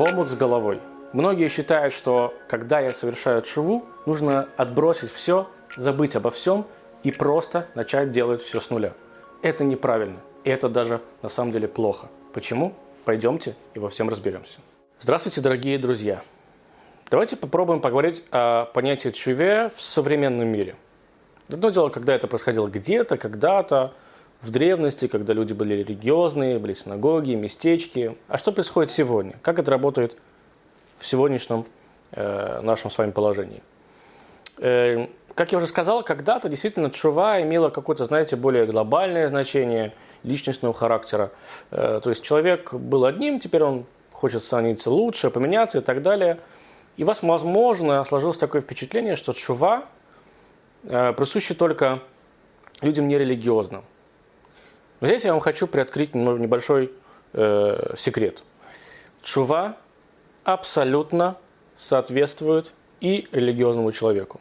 в омут с головой. Многие считают, что когда я совершаю тшуву, нужно отбросить все, забыть обо всем и просто начать делать все с нуля. Это неправильно, и это даже на самом деле плохо. Почему? Пойдемте и во всем разберемся. Здравствуйте, дорогие друзья! Давайте попробуем поговорить о понятии тшуве в современном мире. Одно дело, когда это происходило где-то, когда-то, в древности, когда люди были религиозные, были синагоги, местечки. А что происходит сегодня? Как это работает в сегодняшнем нашем с вами положении? Как я уже сказал, когда-то действительно тшува имела какое-то, знаете, более глобальное значение личностного характера. То есть человек был одним, теперь он хочет становиться лучше, поменяться и так далее. И у вас, возможно, сложилось такое впечатление, что тшува присуща только людям нерелигиозным. Здесь я вам хочу приоткрыть небольшой секрет. Тшува абсолютно соответствует и религиозному человеку.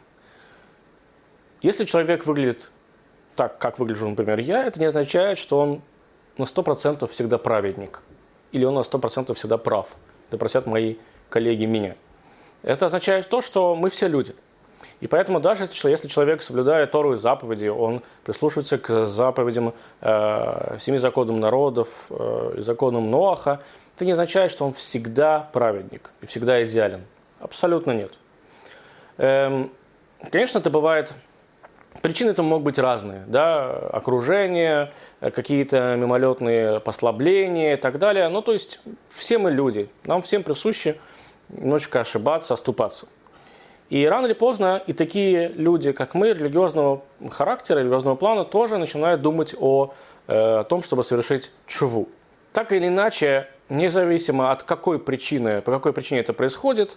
Если человек выглядит так, как выгляжу, например, я, это не означает, что он на 100% всегда праведник. Или он на 100% всегда прав. Да просят мои коллеги меня. Это означает то, что мы все люди. И поэтому даже если человек соблюдает Тору и заповеди, он прислушивается к заповедям 7 законам народов и законам Ноаха, это не означает, что он всегда праведник и всегда идеален. Абсолютно нет. Конечно, это бывает... Причины этому могут быть разные. Да? Окружение, какие-то мимолетные послабления и так далее. Ну, то есть, все мы люди. Нам всем присуще немножечко ошибаться, оступаться. И рано или поздно и такие люди, как мы, религиозного характера, религиозного плана, тоже начинают думать о том, чтобы совершить тшуву. Так или иначе, независимо от какой причины, по какой причине это происходит,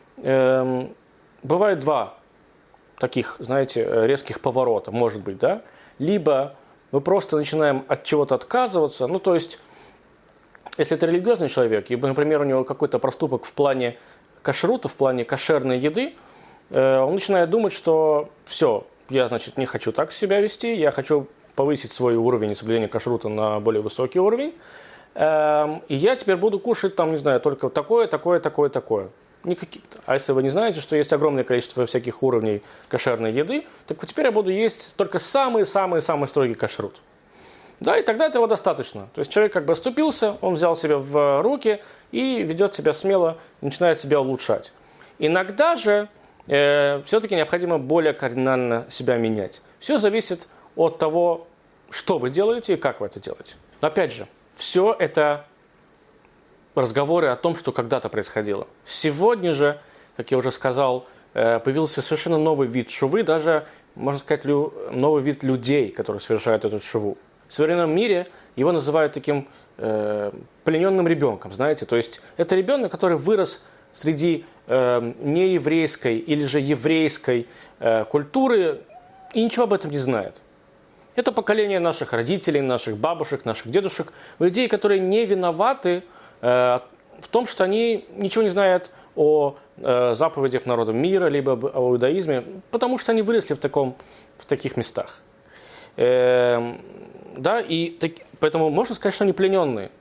бывает два таких, знаете, резких поворота, может быть, да? Либо мы просто начинаем от чего-то отказываться, ну, то есть, если это религиозный человек, и, например, у него какой-то проступок в плане кашрута, в плане кошерной еды, он начинает думать, что все, я, значит, не хочу так себя вести, я хочу повысить свой уровень соблюдения кашрута на более высокий уровень, и я теперь буду кушать, там, не знаю, только такое, такое, такое, такое. Не какие-то. А если вы не знаете, что есть огромное количество всяких уровней кошерной еды, так вот теперь я буду есть только самый-самый-самый строгий кашрут. Да, и тогда этого достаточно. То есть человек как бы оступился, он взял себя в руки и ведет себя смело, начинает себя улучшать. Иногда же все-таки необходимо более кардинально себя менять. Все зависит от того, что вы делаете и как вы это делаете. Но опять же, все это разговоры о том, что когда-то происходило. Сегодня же, как я уже сказал, появился совершенно новый вид тшувы, даже, можно сказать, новый вид людей, которые совершают эту тшуву. В современном мире его называют таким плененным ребенком, знаете. То есть это ребенок, который вырос среди нееврейской или же еврейской культуры и ничего об этом не знает. Это поколение наших родителей, наших бабушек, наших дедушек, людей, которые не виноваты в том, что они ничего не знают о заповедях народов мира, либо о иудаизме, потому что они выросли в таких местах. Да, и поэтому можно сказать, что они плененные.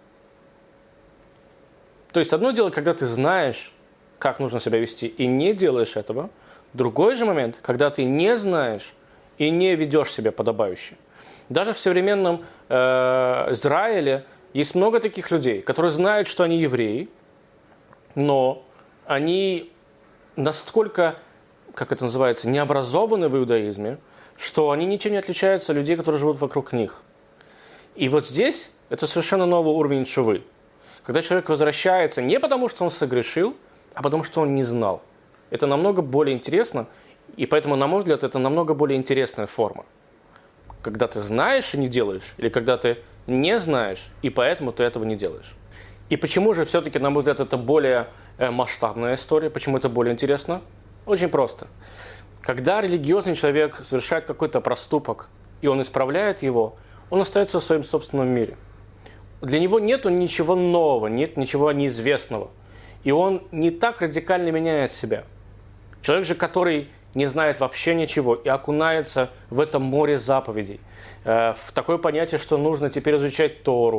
То есть одно дело, когда ты знаешь, как нужно себя вести, и не делаешь этого. Другой же момент, когда ты не знаешь и не ведешь себя подобающе. Даже в современном Израиле есть много таких людей, которые знают, что они евреи, но они настолько, как это называется, необразованы в иудаизме, что они ничем не отличаются от людей, которые живут вокруг них. И вот здесь это совершенно новый уровень тшувы. Когда человек возвращается не потому, что он согрешил, а потому, что он не знал. Это намного более интересно, и поэтому, на мой взгляд, это намного более интересная форма. Когда ты знаешь и не делаешь, или когда ты не знаешь, и поэтому ты этого не делаешь. И почему же все-таки, на мой взгляд, это более масштабная история, почему это более интересно? Очень просто. Когда религиозный человек совершает какой-то проступок, и он исправляет его, он остается в своем собственном мире. Для него нет ничего нового, нет ничего неизвестного. И он не так радикально меняет себя. Человек же, который не знает вообще ничего и окунается в это море заповедей, в такое понятие, что нужно теперь изучать Тору,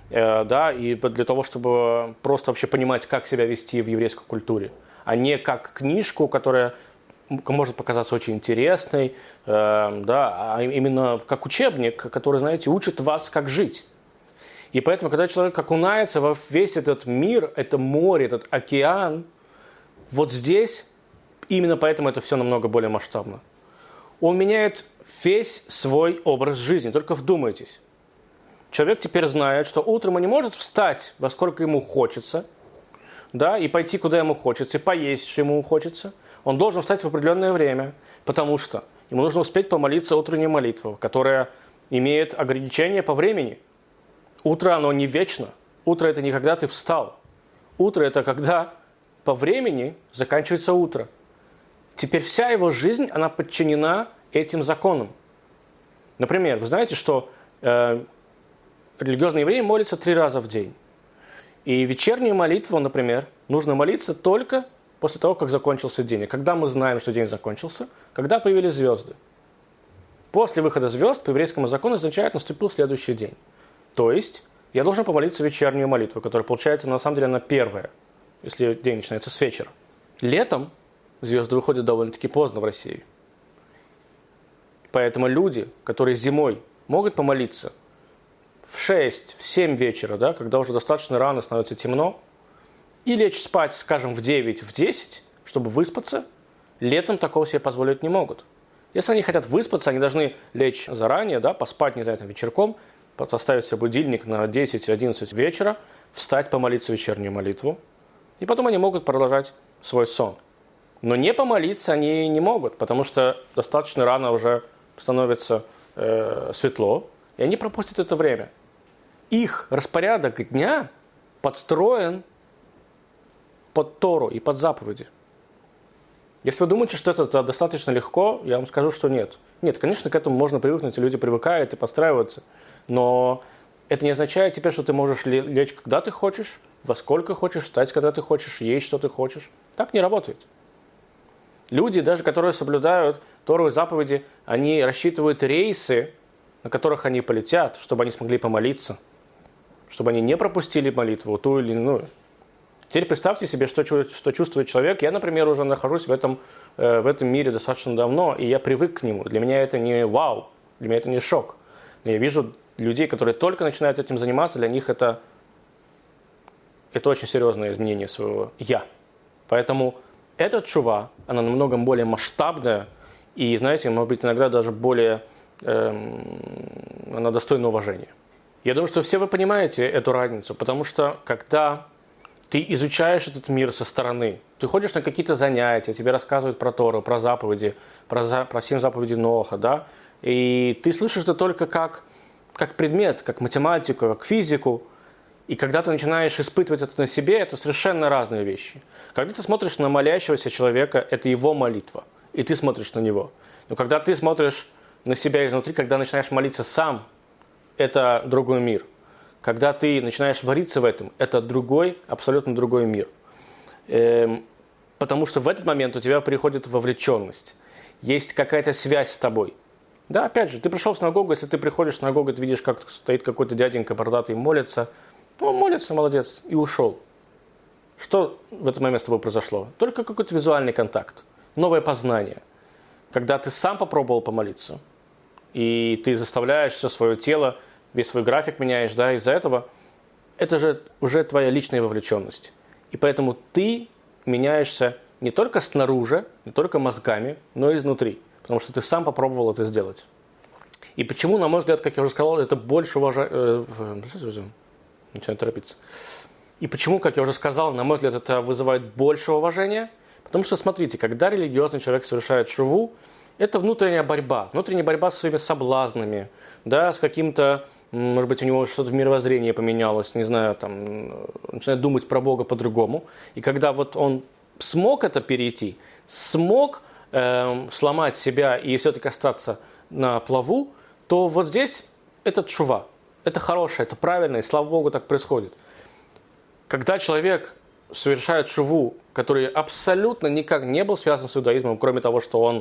да, и для того, чтобы просто вообще понимать, как себя вести в еврейской культуре, а не как книжку, которая может показаться очень интересной, да, а именно как учебник, который, знаете, учит вас, как жить. И поэтому, когда человек окунается во весь этот мир, это море, этот океан, вот здесь, именно поэтому это все намного более масштабно. Он меняет весь свой образ жизни, только вдумайтесь. Человек теперь знает, что утром он не может встать, во сколько ему хочется, да, и пойти, куда ему хочется, и поесть, что ему хочется. Он должен встать в определенное время, потому что ему нужно успеть помолиться утреннюю молитву, которая имеет ограничения по времени. Утро, оно не вечно. Утро – это не когда ты встал. Утро – это когда по времени заканчивается утро. Теперь вся его жизнь, она подчинена этим законам. Например, вы знаете, что религиозные евреи молятся 3 раза в день. И вечернюю молитву, например, нужно молиться только после того, как закончился день. И когда мы знаем, что день закончился? Когда появились звезды. После выхода звезд по еврейскому закону означает, наступил следующий день. То есть я должен помолиться вечернюю молитву, которая, получается, на самом деле, она первая, если день начинается с вечера. Летом звезды выходят довольно-таки поздно в России. Поэтому люди, которые зимой могут помолиться в 6, в 7 вечера, да, когда уже достаточно рано становится темно, и лечь спать, скажем, в 9, в 10, чтобы выспаться, летом такого себе позволить не могут. Если они хотят выспаться, они должны лечь заранее, да, поспать, не знаю, там, вечерком, поставить себе будильник на 10-11 вечера, встать, помолиться вечернюю молитву, и потом они могут продолжать свой сон. Но не помолиться они не могут, потому что достаточно рано уже становится светло, и они пропустят это время. Их распорядок дня подстроен под Тору и под заповеди. Если вы думаете, что это достаточно легко, я вам скажу, что нет. Нет, конечно, к этому можно привыкнуть, и люди привыкают и подстраиваются. Но это не означает теперь, что ты можешь лечь, когда ты хочешь, во сколько хочешь, встать, когда ты хочешь, есть, что ты хочешь. Так не работает. Люди, даже которые соблюдают Тору и заповеди, они рассчитывают рейсы, на которых они полетят, чтобы они смогли помолиться, чтобы они не пропустили молитву, ту или иную. Теперь представьте себе, что чувствует человек. Я, например, уже нахожусь в этом мире достаточно давно, и я привык к нему. Для меня это не вау, для меня это не шок. Но я вижу людей, которые только начинают этим заниматься, для них это очень серьезное изменение своего «я». Поэтому эта тшува, она намного более масштабная, и, знаете, может быть, иногда даже более, она достойна уважения. Я думаю, что все вы понимаете эту разницу, потому что когда ты изучаешь этот мир со стороны, ты ходишь на какие-то занятия, тебе рассказывают про Тору, про заповеди, про 7 заповедей Ноха, да, и ты слышишь это только как предмет, как математику, как физику, и когда ты начинаешь испытывать это на себе, это совершенно разные вещи. Когда ты смотришь на молящегося человека, это его молитва, и ты смотришь на него. Но когда ты смотришь на себя изнутри, когда начинаешь молиться сам, это другой мир. Когда ты начинаешь вариться в этом, это другой, абсолютно другой мир. Потому что в этот момент у тебя приходит вовлеченность. Есть какая-то связь с тобой. Да, опять же, ты пришел в синагогу, если ты приходишь в синагогу, ты видишь, как стоит какой-то дяденька бородатый и молится. Он молится, молодец, и ушел. Что в этот момент с тобой произошло? Только какой-то визуальный контакт, новое познание. Когда ты сам попробовал помолиться, и ты заставляешь все свое тело, весь свой график меняешь, да, из-за этого, это же уже твоя личная вовлеченность. И поэтому ты меняешься не только снаружи, не только мозгами, но и изнутри. Потому что ты сам попробовал это сделать. И почему, на мой взгляд, как я уже сказал, это больше уважения... Начинаю торопиться. И почему, как я уже сказал, на мой взгляд, это вызывает больше уважения? Потому что, смотрите, когда религиозный человек совершает шуву, это внутренняя борьба со своими соблазнами, да, с каким-то, может быть, у него что-то в мировоззрении поменялось, не знаю, там, начинает думать про Бога по-другому. И когда вот он смог это перейти, смог сломать себя и все-таки остаться на плаву, то вот здесь это тшува. Это хорошее, это правильно, и слава Богу, так происходит. Когда человек совершает шуву, который абсолютно никак не был связан с иудаизмом, кроме того, что он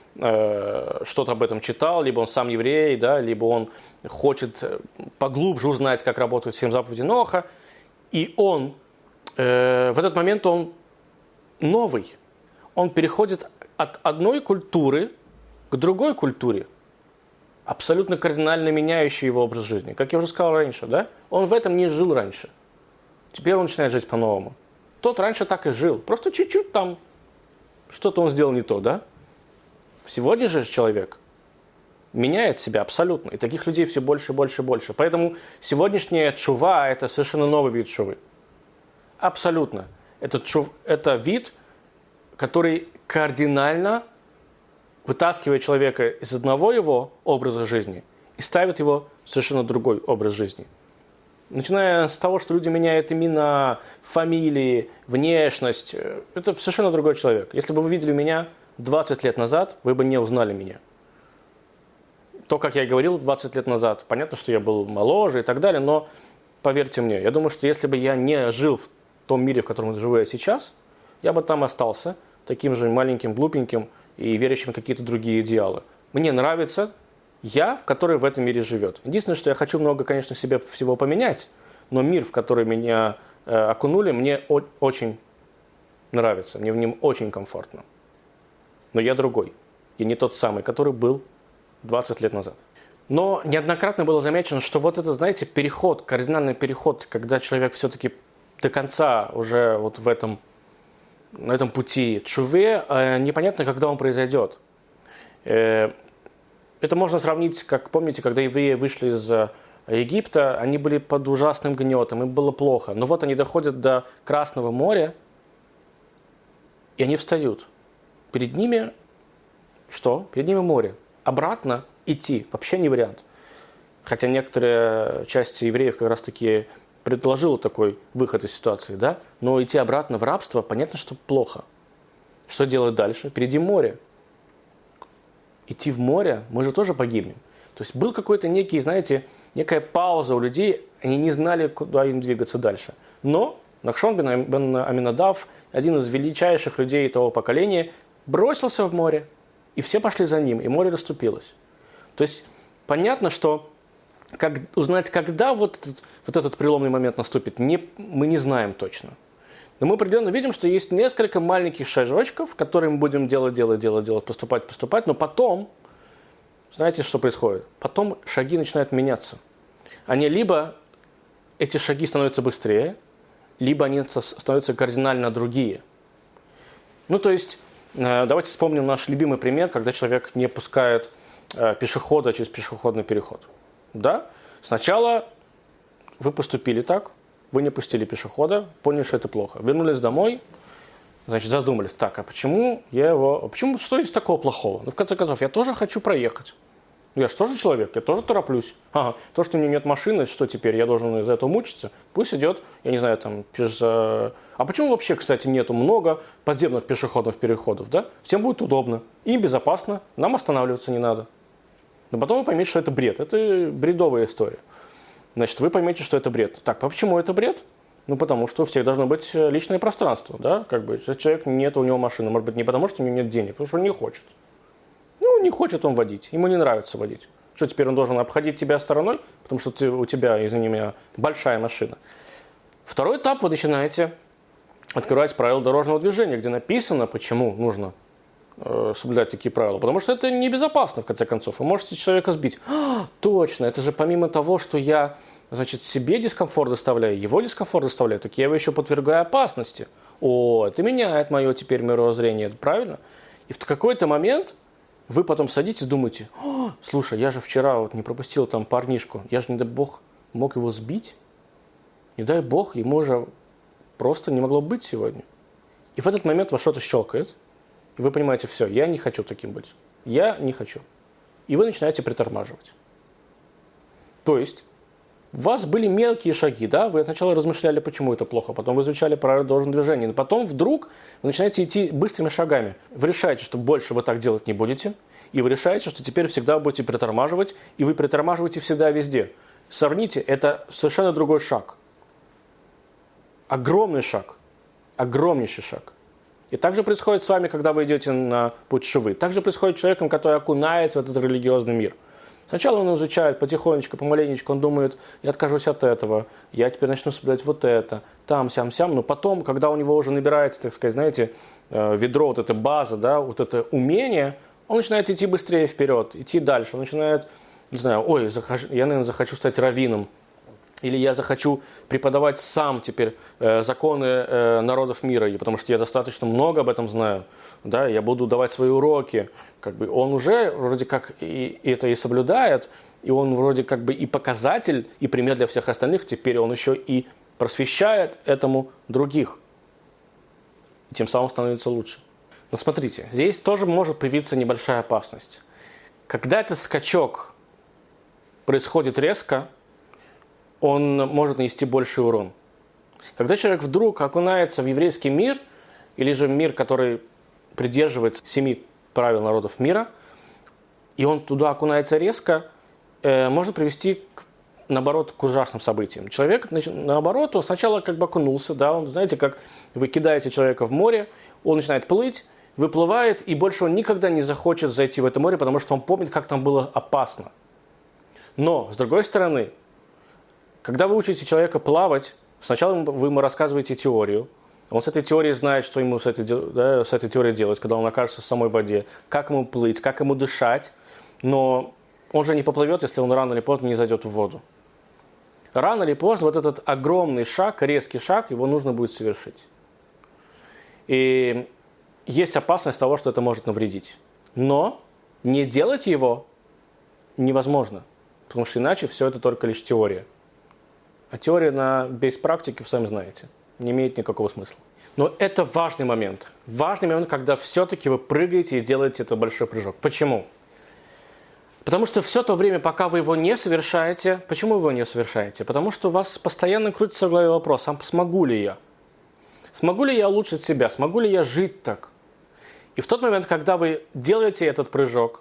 что-то об этом читал, либо он сам еврей, да, либо он хочет поглубже узнать, как работают 7 заповедей Ноаха. И он в этот момент он новый. Он переходит от одной культуры к другой культуре, абсолютно кардинально меняющий его образ жизни. Как я уже сказал раньше, да? Он в этом не жил раньше. Теперь он начинает жить по-новому. Тот раньше так и жил. Просто чуть-чуть там что-то он сделал не то, да? Сегодня же человек меняет себя абсолютно. И таких людей все больше, больше, больше. Поэтому сегодняшняя тшува – это совершенно новый вид тшувы. Абсолютно. Это вид, который кардинально вытаскивает человека из одного его образа жизни и ставит его в совершенно другой образ жизни. Начиная с того, что люди меняют имена, фамилии, внешность. Это совершенно другой человек. Если бы вы видели меня 20 лет назад, вы бы не узнали меня. То, как я и говорил 20 лет назад, понятно, что я был моложе и так далее, но поверьте мне, я думаю, что если бы я не жил в том мире, в котором живу я сейчас, я бы там остался таким же маленьким, глупеньким и верящим в какие-то другие идеалы. Мне нравится я, который в этом мире живет. Единственное, что я хочу много, конечно, себе всего поменять, но мир, в который меня окунули, мне очень нравится, мне в нем очень комфортно. Но я другой. Я не тот самый, который был 20 лет назад. Но неоднократно было замечено, что вот это, знаете, переход, кардинальный переход, когда человек все-таки до конца уже вот на этом пути тшуве, непонятно, когда он произойдет. Это можно сравнить, как помните, когда евреи вышли из Египта, они были под ужасным гнетом, им было плохо. Но вот они доходят до Красного моря, и они встают. Перед ними что? Перед ними море. Обратно идти вообще не вариант. Хотя некоторые части евреев как раз-таки предложила такой выход из ситуации, да? Но идти обратно в рабство, понятно, что плохо. Что делать дальше? Впереди море. Идти в море, мы же тоже погибнем. То есть был какой-то некая пауза у людей, они не знали, куда им двигаться дальше. Но Нахшон бен Аминадав, один из величайших людей того поколения, бросился в море, и все пошли за ним, и море расступилось. То есть понятно, что узнать, когда вот этот переломный момент наступит, мы не знаем точно. Но мы определенно видим, что есть несколько маленьких шажочков, которые мы будем делать, поступать, но потом, знаете, что происходит? Потом шаги начинают меняться. Эти шаги становятся быстрее, либо они становятся кардинально другие. То есть, давайте вспомним наш любимый пример, когда человек не пускает пешехода через пешеходный переход. Да? Сначала вы поступили так, вы не пустили пешехода, поняли, что это плохо. Вернулись домой, задумались, так, что здесь такого плохого? В конце концов, я тоже хочу проехать. Я же тоже человек, я тоже тороплюсь. То, что у меня нет машины, что теперь, я должен из-за этого мучиться? Пусть идет, я не знаю, А почему вообще, кстати, нету много подземных пешеходных переходов, да? Всем будет удобно, им безопасно, нам останавливаться не надо. Но потом вы поймете, что это бред, это бредовая история. Значит, вы поймете, что это бред. Так, почему это бред? Потому что у всех должно быть личное пространство, да? Если человек нет у него машины, может быть, не потому, что у него нет денег, потому что он не хочет. Не хочет он водить, ему не нравится водить. Что, теперь он должен обходить тебя стороной, потому что у тебя, извини меня, большая машина. Второй этап, вы начинаете открывать правила дорожного движения, где написано, почему нужно соблюдать такие правила. Потому что это небезопасно, в конце концов. Вы можете человека сбить. Точно, это же помимо того, что я, себе дискомфорт доставляю, его дискомфорт доставляю, так я его еще подвергаю опасности. Это меняет мое теперь мировоззрение, правильно? И в какой-то момент вы потом садитесь и думаете, слушай, я же вчера не пропустил там парнишку, я же, не дай бог, мог его сбить. Не дай бог, ему уже просто не могло быть сегодня. И в этот момент вас что-то щелкает, и вы понимаете, все, я не хочу таким быть. Я не хочу. И вы начинаете притормаживать. То есть, у вас были мелкие шаги, да? Вы сначала размышляли, почему это плохо, потом вы изучали правила дорожного движения, но потом вдруг вы начинаете идти быстрыми шагами. Вы решаете, что больше вы так делать не будете, и вы решаете, что теперь всегда будете притормаживать, и вы притормаживаете всегда везде. Сравните, это совершенно другой шаг. Огромный шаг. Огромнейший шаг. И так же происходит с вами, когда вы идете на путь шувы. Так же происходит с человеком, который окунается в этот религиозный мир. Сначала он изучает потихонечку, помаленечку, он думает, я откажусь от этого, я теперь начну соблюдать вот это, там, сям, сям. Но потом, когда у него уже набирается, так сказать, знаете, ведро, вот эта база, да, вот это умение, он начинает идти быстрее вперед, идти дальше. Он начинает, не знаю, ой, я, наверное, захочу стать раввином. Или я захочу преподавать сам теперь законы народов мира, потому что я достаточно много об этом знаю. Да, я буду давать свои уроки. Как бы он уже вроде как и это и соблюдает, и он вроде как бы и показатель, и пример для всех остальных. Теперь он еще и просвещает этому других. И тем самым становится лучше. Но смотрите, здесь тоже может появиться небольшая опасность. Когда этот скачок происходит резко, он может нанести больший урон. Когда человек вдруг окунается в еврейский мир, или же мир, который придерживается 7 правил народов мира, и он туда окунается резко, может привести, наоборот, к ужасным событиям. Человек, наоборот, он сначала как бы окунулся, да, он, знаете, как вы кидаете человека в море, он начинает плыть, выплывает, и больше он никогда не захочет зайти в это море, потому что он помнит, как там было опасно. Но, с другой стороны, когда вы учите человека плавать, сначала вы ему рассказываете теорию, он с этой теорией знает, что ему с этой теорией делать, когда он окажется в самой воде, как ему плыть, как ему дышать, но он же не поплывет, если он рано или поздно не зайдет в воду. Рано или поздно вот этот огромный шаг, резкий шаг, его нужно будет совершить. И есть опасность того, что это может навредить. Но не делать его невозможно, потому что иначе все это только лишь теория. А теория без практики, вы сами знаете, не имеет никакого смысла. Но это важный момент. Важный момент, когда все-таки вы прыгаете и делаете этот большой прыжок. Почему? Потому что все то время, пока вы его не совершаете, почему вы его не совершаете? Потому что у вас постоянно крутится в голове вопрос, а смогу ли я? Смогу ли я улучшить себя? Смогу ли я жить так? И в тот момент, когда вы делаете этот прыжок,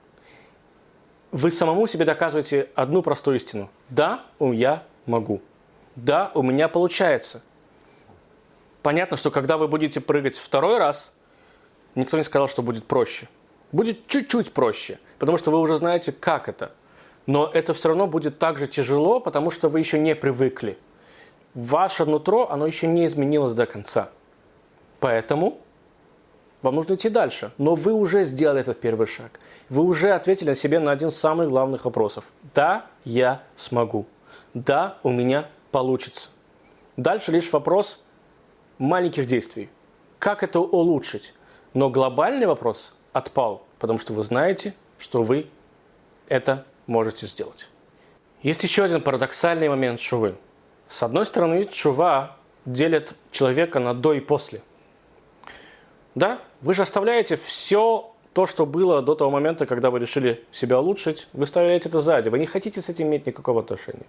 вы самому себе доказываете одну простую истину. Да, я могу. Да, у меня получается. Понятно, что когда вы будете прыгать второй раз, никто не сказал, что будет проще. Будет чуть-чуть проще, потому что вы уже знаете, как это. Но это все равно будет так же тяжело, потому что вы еще не привыкли. Ваше нутро, оно еще не изменилось до конца. Поэтому вам нужно идти дальше. Но вы уже сделали этот первый шаг. Вы уже ответили себе на один из самых главных вопросов. Да, я смогу. Да, у меня получится. Дальше лишь вопрос маленьких действий. Как это улучшить? Но глобальный вопрос отпал, потому что вы знаете, что вы это можете сделать. Есть еще один парадоксальный момент шувы. С одной стороны, шува делит человека на до и после. Да, вы же оставляете все то, что было до того момента, когда вы решили себя улучшить, вы оставляете это сзади. Вы не хотите с этим иметь никакого отношения.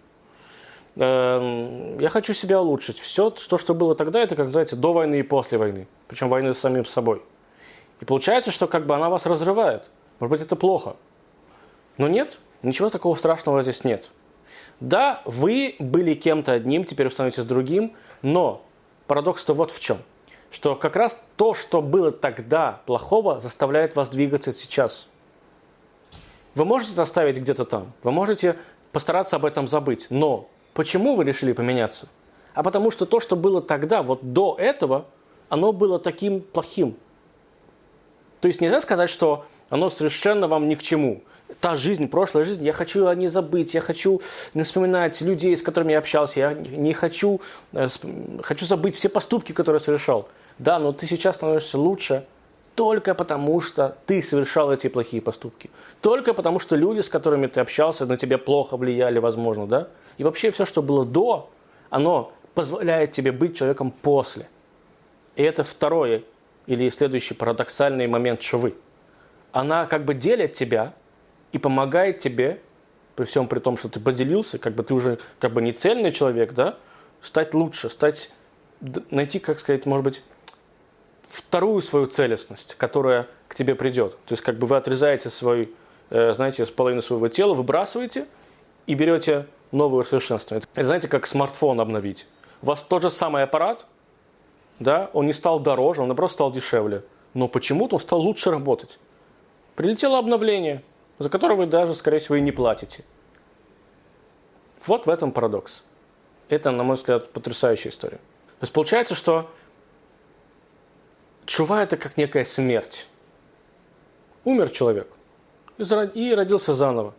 Я хочу себя улучшить. Все, что было тогда, это, как знаете, до войны и после войны. Причем войны с самим собой. И получается, что как бы она вас разрывает. Может быть, это плохо. Но нет, ничего такого страшного здесь нет. Да, вы были кем-то одним, теперь вы становитесь другим, но парадокс-то вот в чем. Что как раз то, что было тогда плохого, заставляет вас двигаться сейчас. Вы можете это оставить где-то там, вы можете постараться об этом забыть, но почему вы решили поменяться? А потому что то, что было тогда, вот до этого, оно было таким плохим. То есть нельзя сказать, что оно совершенно вам ни к чему. Та жизнь, прошлая жизнь, я хочу о ней забыть, я хочу не вспоминать людей, с которыми я общался, я не хочу забыть все поступки, которые я совершал. Да, но ты сейчас становишься лучше только потому, что ты совершал эти плохие поступки. Только потому, что люди, с которыми ты общался, на тебя плохо влияли, возможно, да? И вообще все, что было до, оно позволяет тебе быть человеком после. И это второе или следующий парадоксальный момент шувы. Она как бы делит тебя и помогает тебе, при всем при том, что ты поделился, как бы ты уже как бы не цельный человек, да, стать лучше, найти, как сказать, может быть, вторую свою целостность, которая к тебе придет. То есть как бы вы отрезаете знаете, с половины своего тела, выбрасываете и берете новое совершенство. Это, знаете, как смартфон обновить. У вас тот же самый аппарат, да, он не стал дороже, он наоборот стал дешевле. Но почему-то он стал лучше работать. Прилетело обновление, за которое вы даже, скорее всего, и не платите. Вот в этом парадокс. Это, на мой взгляд, потрясающая история. То есть получается, что тшува – это как некая смерть. Умер человек и родился заново.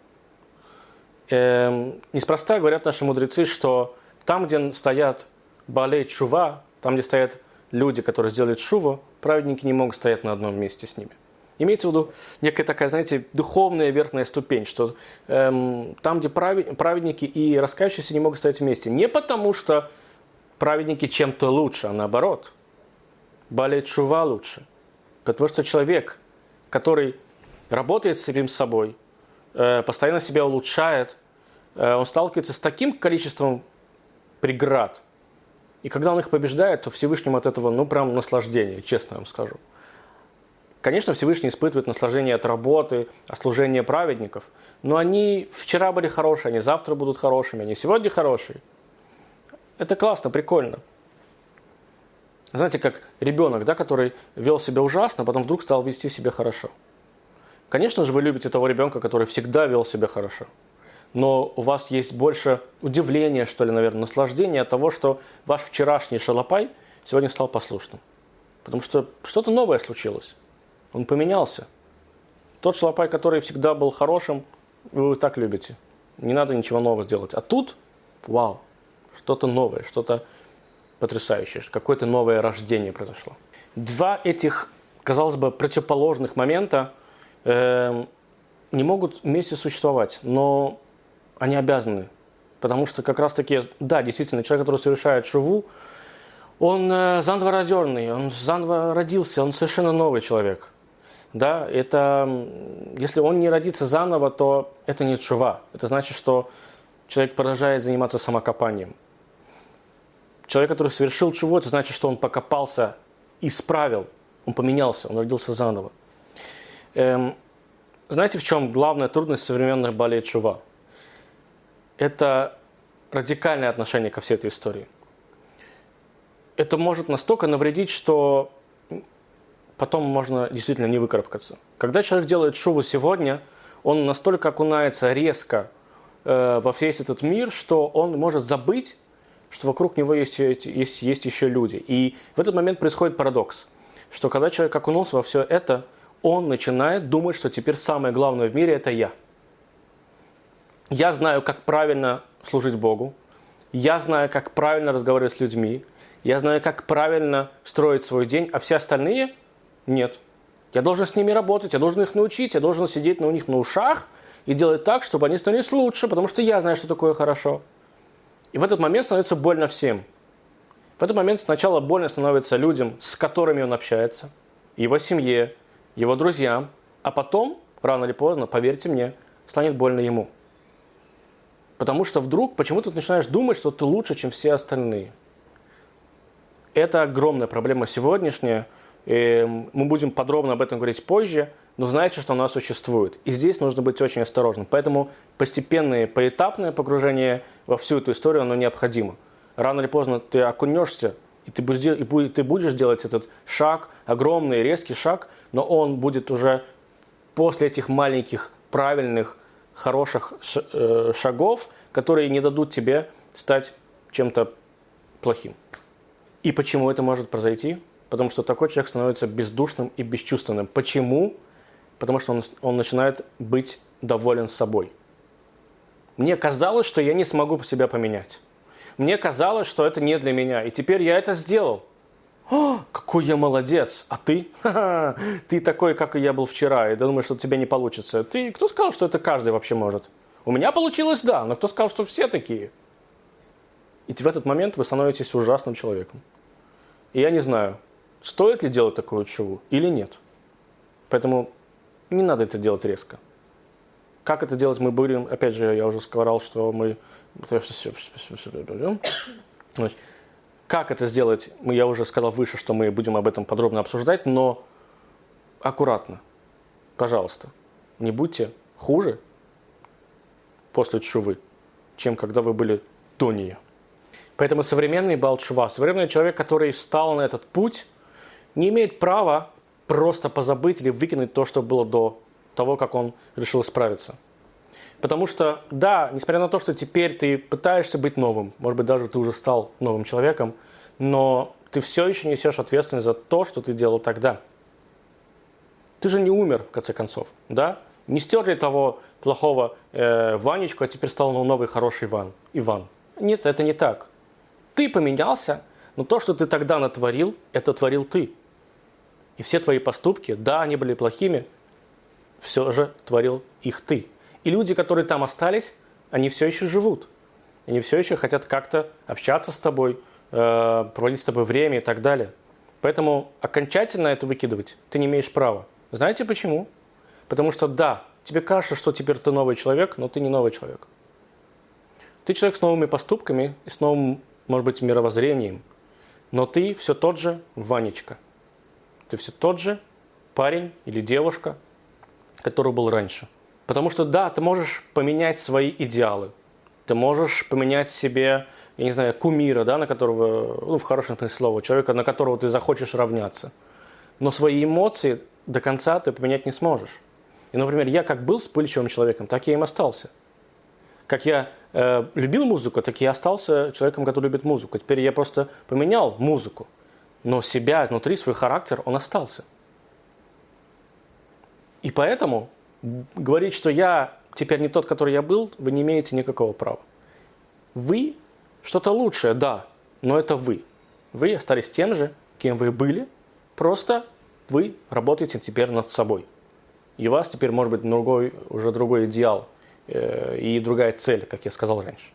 Неспроста говорят наши мудрецы, что там, где стоят баалей тшува, там, где стоят люди, которые сделали тшуву, праведники не могут стоять на одном месте с ними. Имеется в виду некая такая, знаете, духовная верхняя ступень, что там, где праведники и раскаявшиеся не могут стоять вместе. Не потому, что праведники чем-то лучше, а наоборот. Баалей тшува лучше. Потому что человек, который работает с самим собой, постоянно себя улучшает, он сталкивается с таким количеством преград. И когда он их побеждает, то Всевышнему от этого, прям наслаждение, честно вам скажу. Конечно, Всевышний испытывает наслаждение от работы, от служения праведников, но они вчера были хорошие, они завтра будут хорошими, они сегодня хорошие. Это классно, прикольно. Знаете, как ребенок, да, который вел себя ужасно, потом вдруг стал вести себя хорошо. Конечно же, вы любите того ребенка, который всегда вел себя хорошо. Но у вас есть больше удивления, что ли, наверное, наслаждения от того, что ваш вчерашний шалопай сегодня стал послушным. Потому что что-то новое случилось. Он поменялся. Тот шалопай, который всегда был хорошим, вы его так любите. Не надо ничего нового сделать. А тут, вау, что-то новое, что-то потрясающее. Какое-то новое рождение произошло. Два этих, казалось бы, противоположных момента не могут вместе существовать, но они обязаны. Потому что как раз-таки, да, действительно, человек, который совершает шуву, он заново рожденный, он заново родился, он совершенно новый человек. Да, это, если он не родится заново, то это не тшува. Это значит, что человек продолжает заниматься самокопанием. Человек, который совершил тшуву, это значит, что он покопался, исправил, он поменялся, он родился заново. Знаете, в чем главная трудность современных баалей тшува? Это радикальное отношение ко всей этой истории. Это может настолько навредить, что потом можно действительно не выкарабкаться. Когда человек делает тшуву сегодня, он настолько окунается резко во весь этот мир, что он может забыть, что вокруг него есть еще люди. И в этот момент происходит парадокс, что когда человек окунулся во все это, он начинает думать, что теперь самое главное в мире – это я. Я знаю, как правильно служить Богу, я знаю, как правильно разговаривать с людьми, я знаю, как правильно строить свой день, а все остальные – нет. Я должен с ними работать, я должен их научить, я должен сидеть у них на ушах и делать так, чтобы они становились лучше, потому что я знаю, что такое хорошо. И в этот момент становится больно всем. В этот момент сначала больно становится людям, с которыми он общается, его семье, его друзьям, а потом, рано или поздно, поверьте мне, станет больно ему. Потому что вдруг почему-то ты начинаешь думать, что ты лучше, чем все остальные. Это огромная проблема сегодняшняя. И мы будем подробно об этом говорить позже, но знаете, что она существует. И здесь нужно быть очень осторожным. Поэтому постепенное, поэтапное погружение во всю эту историю, оно необходимо. Рано или поздно ты окунешься, и ты будешь делать этот шаг, огромный, резкий шаг, но он будет уже после этих маленьких, правильных, хороших шагов, которые не дадут тебе стать чем-то плохим. И почему это может произойти? Потому что такой человек становится бездушным и бесчувственным. Почему? Потому что он начинает быть доволен собой. Мне казалось, что я не смогу себя поменять. Мне казалось, что это не для меня. И теперь я это сделал. О, какой я молодец! А ты? Ха-ха, ты такой, как и я был вчера. И думаешь, что у тебя не получится. Кто сказал, что это каждый вообще может? У меня получилось, да. Но кто сказал, что все такие? И в этот момент вы становитесь ужасным человеком. И я не знаю, стоит ли делать такую тшуву или нет. Поэтому не надо это делать резко. Как это делать мы будем? Опять же, я уже сказал, что мы... Как это сделать? Я уже сказал выше, что мы будем об этом подробно обсуждать, но аккуратно. Пожалуйста. Не будьте хуже после тшувы, чем когда вы были до нее. Поэтому современный Баал Тшува, современный человек, который встал на этот путь, не имеет права просто позабыть или выкинуть то, что было до того, как он решил исправиться. Потому что, да, несмотря на то, что теперь ты пытаешься быть новым, может быть, даже ты уже стал новым человеком, но ты все еще несешь ответственность за то, что ты делал тогда. Ты же не умер, в конце концов, да? Не стерли того плохого Ванечку, а теперь стал новый хороший Иван. Нет, это не так. Ты поменялся, но то, что ты тогда натворил, это творил ты. И все твои поступки, да, они были плохими, все же творил их ты. И люди, которые там остались, они все еще живут. Они все еще хотят как-то общаться с тобой, проводить с тобой время и так далее. Поэтому окончательно это выкидывать ты не имеешь права. Знаете почему? Потому что да, тебе кажется, что теперь ты новый человек, но ты не новый человек. Ты человек с новыми поступками и с новым, может быть, мировоззрением, но ты все тот же Ванечка. Ты все тот же парень или девушка, который был раньше. Потому что да, ты можешь поменять свои идеалы. Ты можешь поменять себе, я не знаю, кумира, да, на которого, ну, в хорошем смысле слова, человека, на которого ты захочешь равняться. Но свои эмоции до конца ты поменять не сможешь. И, например, я как был вспыльчивым человеком, так я им остался. Как я любил музыку, так я остался человеком, который любит музыку. Теперь я просто поменял музыку. Но себя внутри, свой характер, он остался. И поэтому говорить, что я теперь не тот, который я был, вы не имеете никакого права. Вы что-то лучшее, да, но это вы. Вы остались тем же, кем вы были, просто вы работаете теперь над собой. И у вас теперь может быть уже другой идеал и другая цель, как я сказал раньше.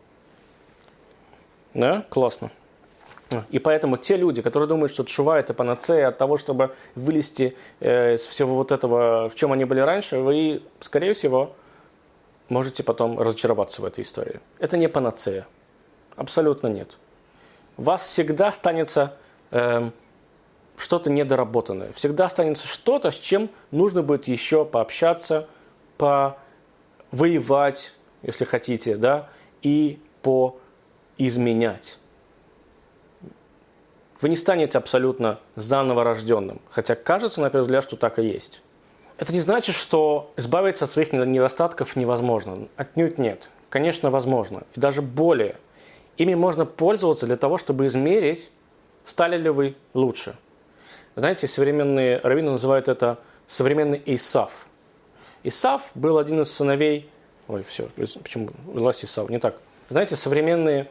Да? Классно. И поэтому те люди, которые думают, что тшува – это панацея от того, чтобы вылезти из всего вот этого, в чем они были раньше, вы, скорее всего, можете потом разочароваться в этой истории. Это не панацея. Абсолютно нет. У вас всегда останется что-то недоработанное. Всегда останется что-то, с чем нужно будет еще пообщаться, повоевать, если хотите, да, и поизменять. Вы не станете абсолютно заново рожденным, хотя кажется, на первый взгляд, что так и есть. Это не значит, что избавиться от своих недостатков невозможно. Отнюдь нет. Конечно, возможно. И даже более. Ими можно пользоваться для того, чтобы измерить, стали ли вы лучше. Знаете, современные раввины называют это современный Исав. Исав был один из сыновей... Ой, все, почему власть Исава? Не так. Знаете, современные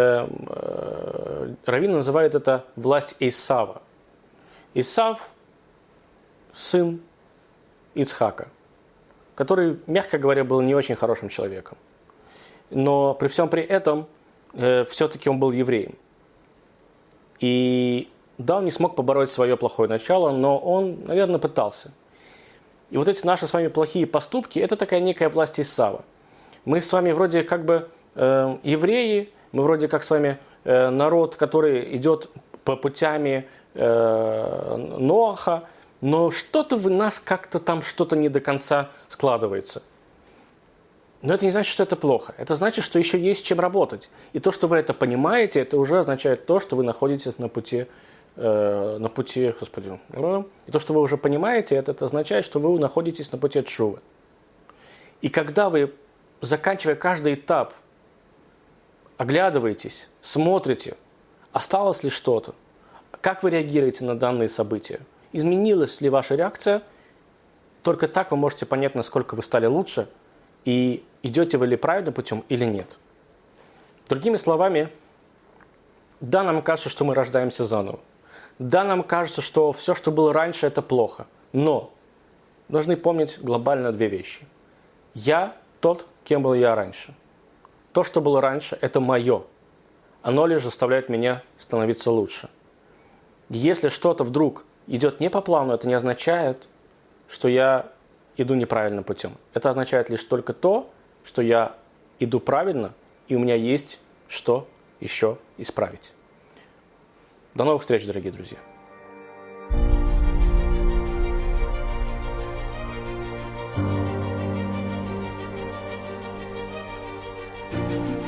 раввины называют это власть Исава. Исав – сын Ицхака, который, мягко говоря, был не очень хорошим человеком. Но при всем при этом все-таки он был евреем. И да, он не смог побороть свое плохое начало, но он, наверное, пытался. И вот эти наши с вами плохие поступки – это такая некая власть Исава. Мы с вами вроде как бы евреи, мы вроде как с вами народ, который идет по путями Ноаха, но что-то в нас как-то там что-то не до конца складывается. Но это не значит, что это плохо. Это значит, что еще есть чем работать. И то, что вы это понимаете, это уже означает то, что вы находитесь на пути, Господи. И то, что вы уже понимаете, это означает, что вы находитесь на пути тшувы. И когда вы, заканчивая каждый этап, оглядываетесь, смотрите, осталось ли что-то, как вы реагируете на данные события, изменилась ли ваша реакция, только так вы можете понять, насколько вы стали лучше и идете вы ли правильным путем или нет. Другими словами, да, нам кажется, что мы рождаемся заново. Да, нам кажется, что все, что было раньше, это плохо. Но должны помнить глобально две вещи. Я тот, кем был я раньше. То, что было раньше, это мое. Оно лишь заставляет меня становиться лучше. Если что-то вдруг идет не по плану, это не означает, что я иду неправильным путем. Это означает лишь только то, что я иду правильно, и у меня есть что еще исправить. До новых встреч, дорогие друзья. Thank you.